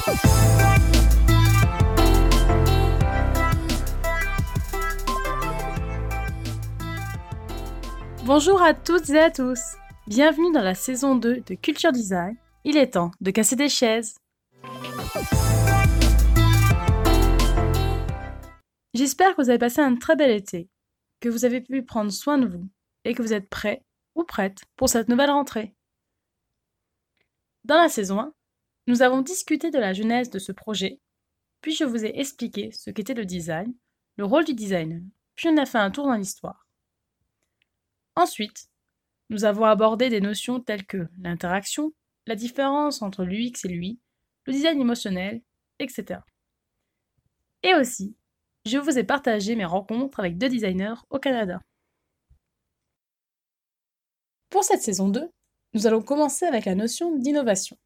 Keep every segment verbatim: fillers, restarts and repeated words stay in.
Bonjour à toutes et à tous, bienvenue dans la saison deux de Culture Design. Il est temps de casser des chaises. J'espère que vous avez passé un très bel été, que vous avez pu prendre soin de vous et que vous êtes prêts ou prêtes pour cette nouvelle rentrée. Dans la saison un, nous avons discuté de la genèse de ce projet, puis je vous ai expliqué ce qu'était le design, le rôle du designer, puis on a fait un tour dans l'histoire. Ensuite, nous avons abordé des notions telles que l'interaction, la différence entre l'U X et l'U I, le design émotionnel, et cetera. Et aussi, je vous ai partagé mes rencontres avec deux designers au Canada. Pour cette saison deux, nous allons commencer avec la notion d'innovation.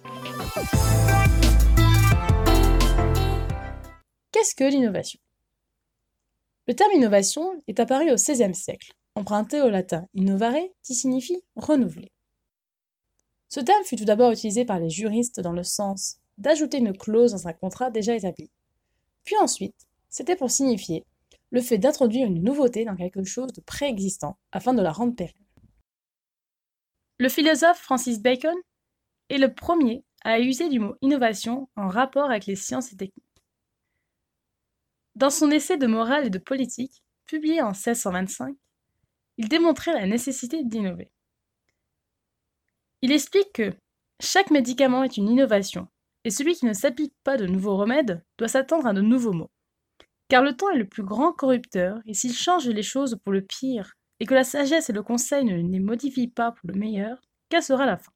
Qu'est-ce que l'innovation ? Le terme innovation est apparu au seizième siècle, emprunté au latin innovare, qui signifie renouveler. Ce terme fut tout d'abord utilisé par les juristes dans le sens d'ajouter une clause dans un contrat déjà établi. Puis ensuite, c'était pour signifier le fait d'introduire une nouveauté dans quelque chose de préexistant afin de la rendre pérenne. Le philosophe Francis Bacon est le premier à user du mot innovation en rapport avec les sciences et techniques. Dans son essai de morale et de politique, publié en seize cent vingt-cinq, il démontrait la nécessité d'innover. Il explique que chaque médicament est une innovation, et celui qui ne s'applique pas de nouveaux remèdes doit s'attendre à de nouveaux maux. Car le temps est le plus grand corrupteur, et s'il change les choses pour le pire, et que la sagesse et le conseil ne les modifient pas pour le meilleur, quelle sera la fin ?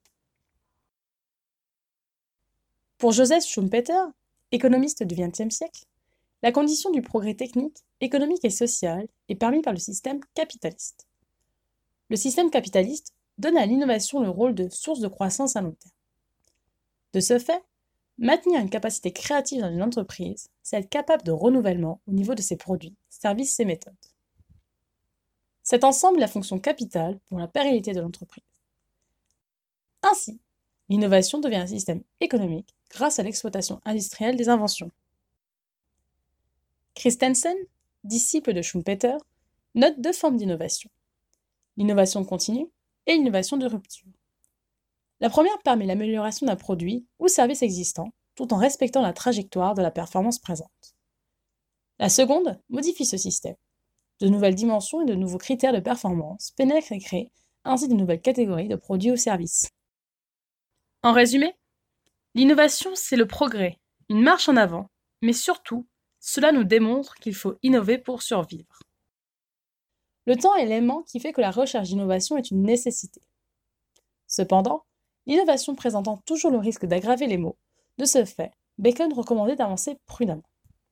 Pour Joseph Schumpeter, économiste du vingtième siècle, la condition du progrès technique, économique et social est permise par le système capitaliste. Le système capitaliste donne à l'innovation le rôle de source de croissance à long terme. De ce fait, maintenir une capacité créative dans une entreprise, c'est être capable de renouvellement au niveau de ses produits, services et méthodes. Cet ensemble est la fonction capitale pour la pérennité de l'entreprise. Ainsi, l'innovation devient un système économique grâce à l'exploitation industrielle des inventions. Christensen, disciple de Schumpeter, note deux formes d'innovation. L'innovation continue et l'innovation de rupture. La première permet l'amélioration d'un produit ou service existant, tout en respectant la trajectoire de la performance présente. La seconde modifie ce système. De nouvelles dimensions et de nouveaux critères de performance pénètrent et créent ainsi de nouvelles catégories de produits ou services. En résumé, l'innovation, c'est le progrès, une marche en avant, mais surtout, cela nous démontre qu'il faut innover pour survivre. Le temps est l'élément qui fait que la recherche d'innovation est une nécessité. Cependant, l'innovation présentant toujours le risque d'aggraver les maux, de ce fait, Bacon recommandait d'avancer prudemment.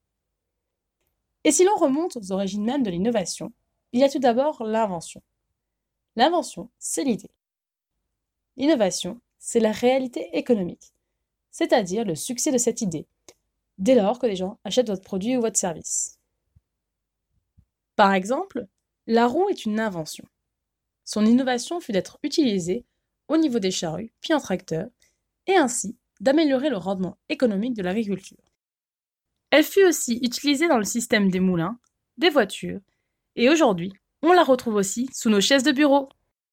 Et si l'on remonte aux origines même de l'innovation, il y a tout d'abord l'invention. L'invention, c'est l'idée. L'innovation, c'est la réalité économique, c'est-à-dire le succès de cette idée, dès lors que les gens achètent votre produit ou votre service. Par exemple, la roue est une invention. Son innovation fut d'être utilisée au niveau des charrues, puis en tracteur, et ainsi d'améliorer le rendement économique de l'agriculture. Elle fut aussi utilisée dans le système des moulins, des voitures, et aujourd'hui, on la retrouve aussi sous nos chaises de bureau.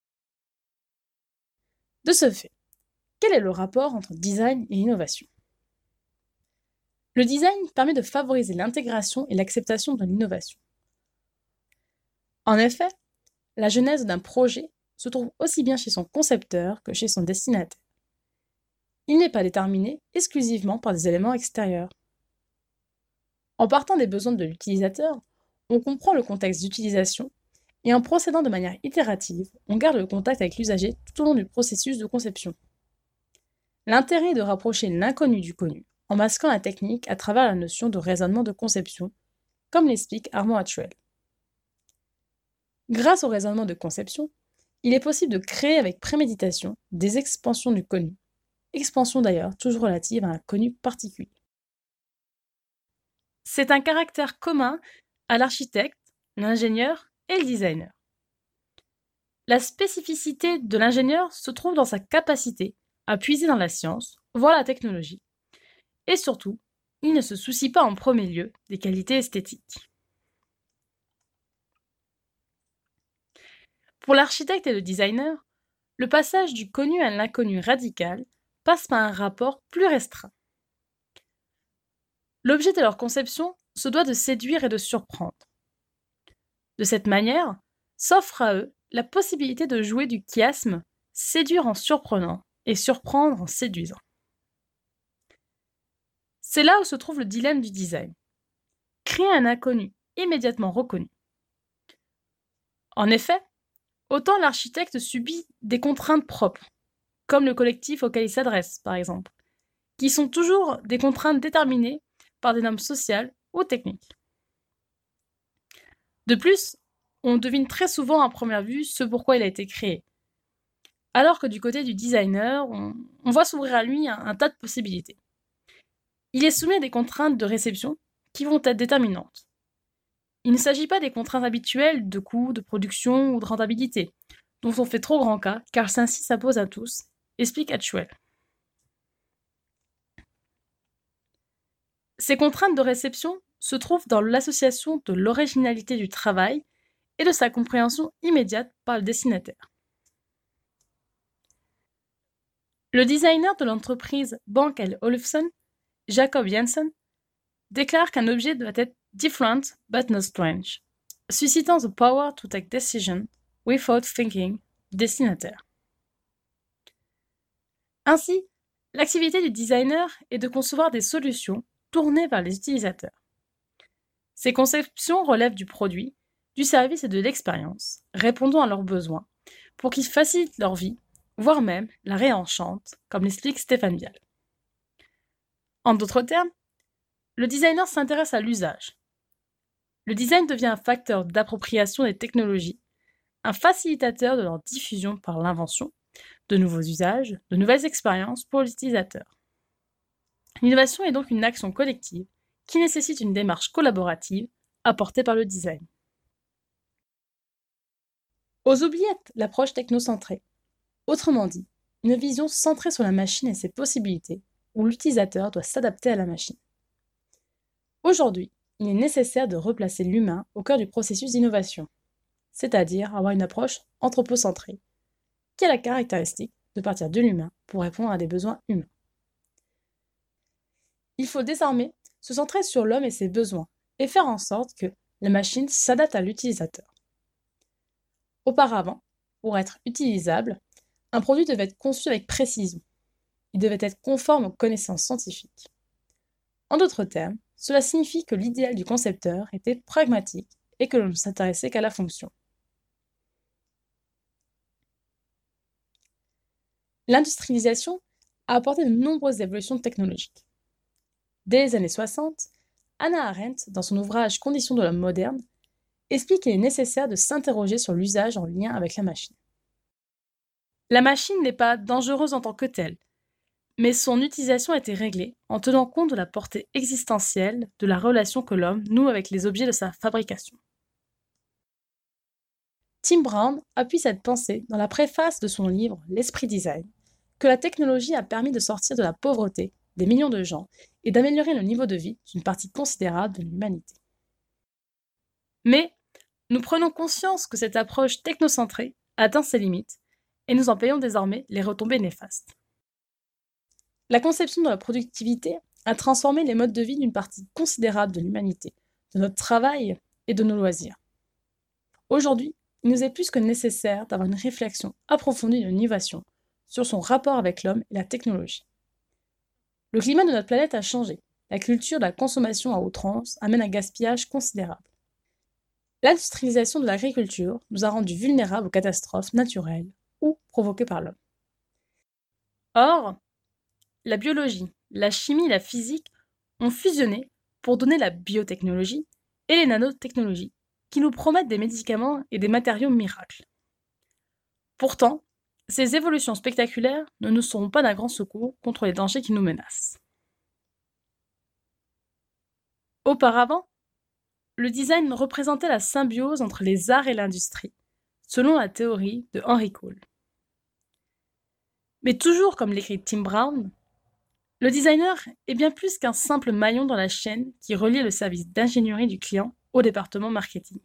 De ce fait, quel est le rapport entre design et innovation ? Le design permet de favoriser l'intégration et l'acceptation de l'innovation. En effet, la genèse d'un projet se trouve aussi bien chez son concepteur que chez son destinataire. Il n'est pas déterminé exclusivement par des éléments extérieurs. En partant des besoins de l'utilisateur, on comprend le contexte d'utilisation et en procédant de manière itérative, on garde le contact avec l'usager tout au long du processus de conception. L'intérêt est de rapprocher l'inconnu du connu en masquant la technique à travers la notion de raisonnement de conception, comme l'explique Armand Hatchwell. Grâce au raisonnement de conception, il est possible de créer avec préméditation des expansions du connu, expansion d'ailleurs toujours relative à un connu particulier. C'est un caractère commun à l'architecte, l'ingénieur et le designer. La spécificité de l'ingénieur se trouve dans sa capacité à puiser dans la science, voire la technologie, Et surtout, il ne se soucie pas en premier lieu des qualités esthétiques. Pour l'architecte et le designer, le passage du connu à l'inconnu radical passe par un rapport plus restreint. L'objet de leur conception se doit de séduire et de surprendre. De cette manière, s'offre à eux la possibilité de jouer du chiasme, séduire en surprenant et surprendre en séduisant. C'est là où se trouve le dilemme du design. Créer un inconnu immédiatement reconnu. En effet, autant l'architecte subit des contraintes propres, comme le collectif auquel il s'adresse, par exemple, qui sont toujours des contraintes déterminées par des normes sociales ou techniques. De plus, on devine très souvent à première vue ce pourquoi il a été créé, alors que du côté du designer, on, on voit s'ouvrir à lui un, un tas de possibilités. Il est soumis à des contraintes de réception qui vont être déterminantes. Il ne s'agit pas des contraintes habituelles de coût, de production ou de rentabilité, dont on fait trop grand cas, car celle-ci s'impose à tous, explique Hatchwell. Ces contraintes de réception se trouvent dans l'association de l'originalité du travail et de sa compréhension immédiate par le destinataire. Le designer de l'entreprise Bank and Olufsen, Jacob Jensen, déclare qu'un objet doit être different but not strange, suscitant the power to take decision without thinking du destinataire. Ainsi, l'activité du designer est de concevoir des solutions tournées vers les utilisateurs. Ces conceptions relèvent du produit, du service et de l'expérience, répondant à leurs besoins, pour qu'ils facilitent leur vie, voire même la réenchantent, comme l'explique Stéphane Vial. En d'autres termes, le designer s'intéresse à l'usage. Le design devient un facteur d'appropriation des technologies, un facilitateur de leur diffusion par l'invention, de nouveaux usages, de nouvelles expériences pour l'utilisateur. L'innovation est donc une action collective qui nécessite une démarche collaborative apportée par le design. Aux oubliettes, l'approche technocentrée. Autrement dit, une vision centrée sur la machine et ses possibilités, où l'utilisateur doit s'adapter à la machine. Aujourd'hui, il est nécessaire de replacer l'humain au cœur du processus d'innovation, c'est-à-dire avoir une approche anthropocentrée, qui a la caractéristique de partir de l'humain pour répondre à des besoins humains. Il faut désormais se centrer sur l'homme et ses besoins, et faire en sorte que la machine s'adapte à l'utilisateur. Auparavant, pour être utilisable, un produit devait être conçu avec précision. Il devait être conforme aux connaissances scientifiques. En d'autres termes, cela signifie que l'idéal du concepteur était pragmatique et que l'on ne s'intéressait qu'à la fonction. L'industrialisation a apporté de nombreuses évolutions technologiques. Dès les années soixante, Hannah Arendt, dans son ouvrage Conditions de l'homme moderne, explique qu'il est nécessaire de s'interroger sur l'usage en lien avec la machine. La machine n'est pas dangereuse en tant que telle, mais son utilisation a été réglée en tenant compte de la portée existentielle de la relation que l'homme noue avec les objets de sa fabrication. Tim Brown appuie cette pensée dans la préface de son livre L'esprit design, que la technologie a permis de sortir de la pauvreté des millions de gens et d'améliorer le niveau de vie d'une partie considérable de l'humanité. Mais nous prenons conscience que cette approche technocentrée atteint ses limites et nous en payons désormais les retombées néfastes. La conception de la productivité a transformé les modes de vie d'une partie considérable de l'humanité, de notre travail et de nos loisirs. Aujourd'hui, il nous est plus que nécessaire d'avoir une réflexion approfondie de l'innovation sur son rapport avec l'homme et la technologie. Le climat de notre planète a changé. La culture de la consommation à outrance amène un gaspillage considérable. L'industrialisation de l'agriculture nous a rendus vulnérables aux catastrophes naturelles ou provoquées par l'homme. Or, la biologie, la chimie et la physique ont fusionné pour donner la biotechnologie et les nanotechnologies, qui nous promettent des médicaments et des matériaux miracles. Pourtant, ces évolutions spectaculaires ne nous seront pas d'un grand secours contre les dangers qui nous menacent. Auparavant, le design représentait la symbiose entre les arts et l'industrie, selon la théorie de Henry Cole. Mais toujours comme l'écrit Tim Brown, Le designer est bien plus qu'un simple maillon dans la chaîne qui relie le service d'ingénierie du client au département marketing.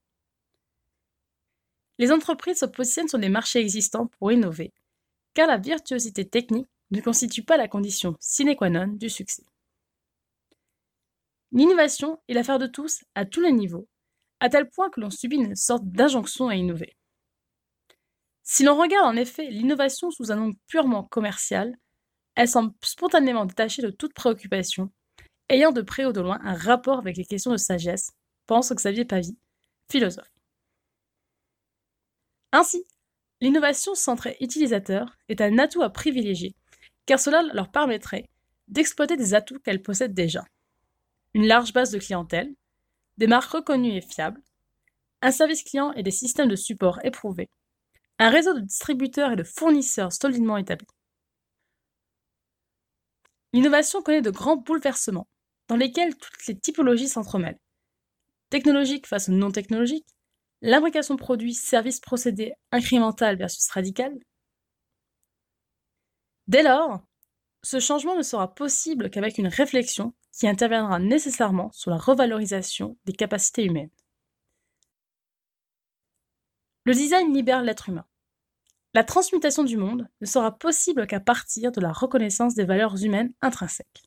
Les entreprises se positionnent sur des marchés existants pour innover, car la virtuosité technique ne constitue pas la condition sine qua non du succès. L'innovation est l'affaire de tous, à tous les niveaux, à tel point que l'on subit une sorte d'injonction à innover. Si l'on regarde en effet l'innovation sous un angle purement commercial, elle semble spontanément détachée de toute préoccupation, ayant de près ou de loin un rapport avec les questions de sagesse, pense Xavier Pavie, philosophe. Ainsi, l'innovation centrée utilisateur est un atout à privilégier, car cela leur permettrait d'exploiter des atouts qu'elles possèdent déjà. Une large base de clientèle, des marques reconnues et fiables, un service client et des systèmes de support éprouvés, un réseau de distributeurs et de fournisseurs solidement établi. L'innovation connaît de grands bouleversements, dans lesquels toutes les typologies s'entremêlent. Technologique face au non technologique, l'imbrication produit, service, procédé incrémental versus radical. Dès lors, ce changement ne sera possible qu'avec une réflexion qui interviendra nécessairement sur la revalorisation des capacités humaines. Le design libère l'être humain. La transmutation du monde ne sera possible qu'à partir de la reconnaissance des valeurs humaines intrinsèques.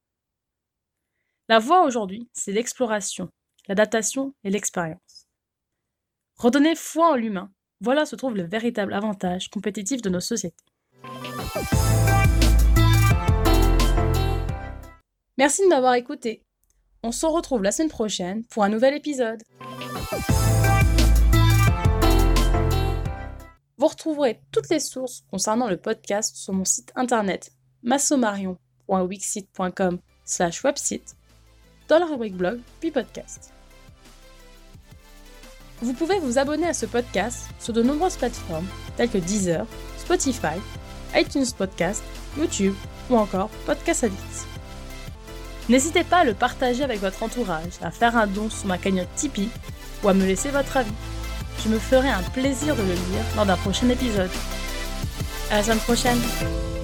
La voie aujourd'hui, c'est l'exploration, l'adaptation et l'expérience. Redonner foi en l'humain, voilà se trouve le véritable avantage compétitif de nos sociétés. Merci de m'avoir écouté. On se retrouve la semaine prochaine pour un nouvel épisode. Vous retrouverez toutes les sources concernant le podcast sur mon site internet massomarion point wixsite point com slash website dans la rubrique blog puis podcast. Vous pouvez vous abonner à ce podcast sur de nombreuses plateformes telles que Deezer, Spotify, iTunes Podcast, YouTube ou encore Podcast Addict. N'hésitez pas à le partager avec votre entourage, à faire un don sur ma cagnotte Tipeee ou à me laisser votre avis. Je me ferai un plaisir de le lire lors d'un prochain épisode. À la semaine prochaine!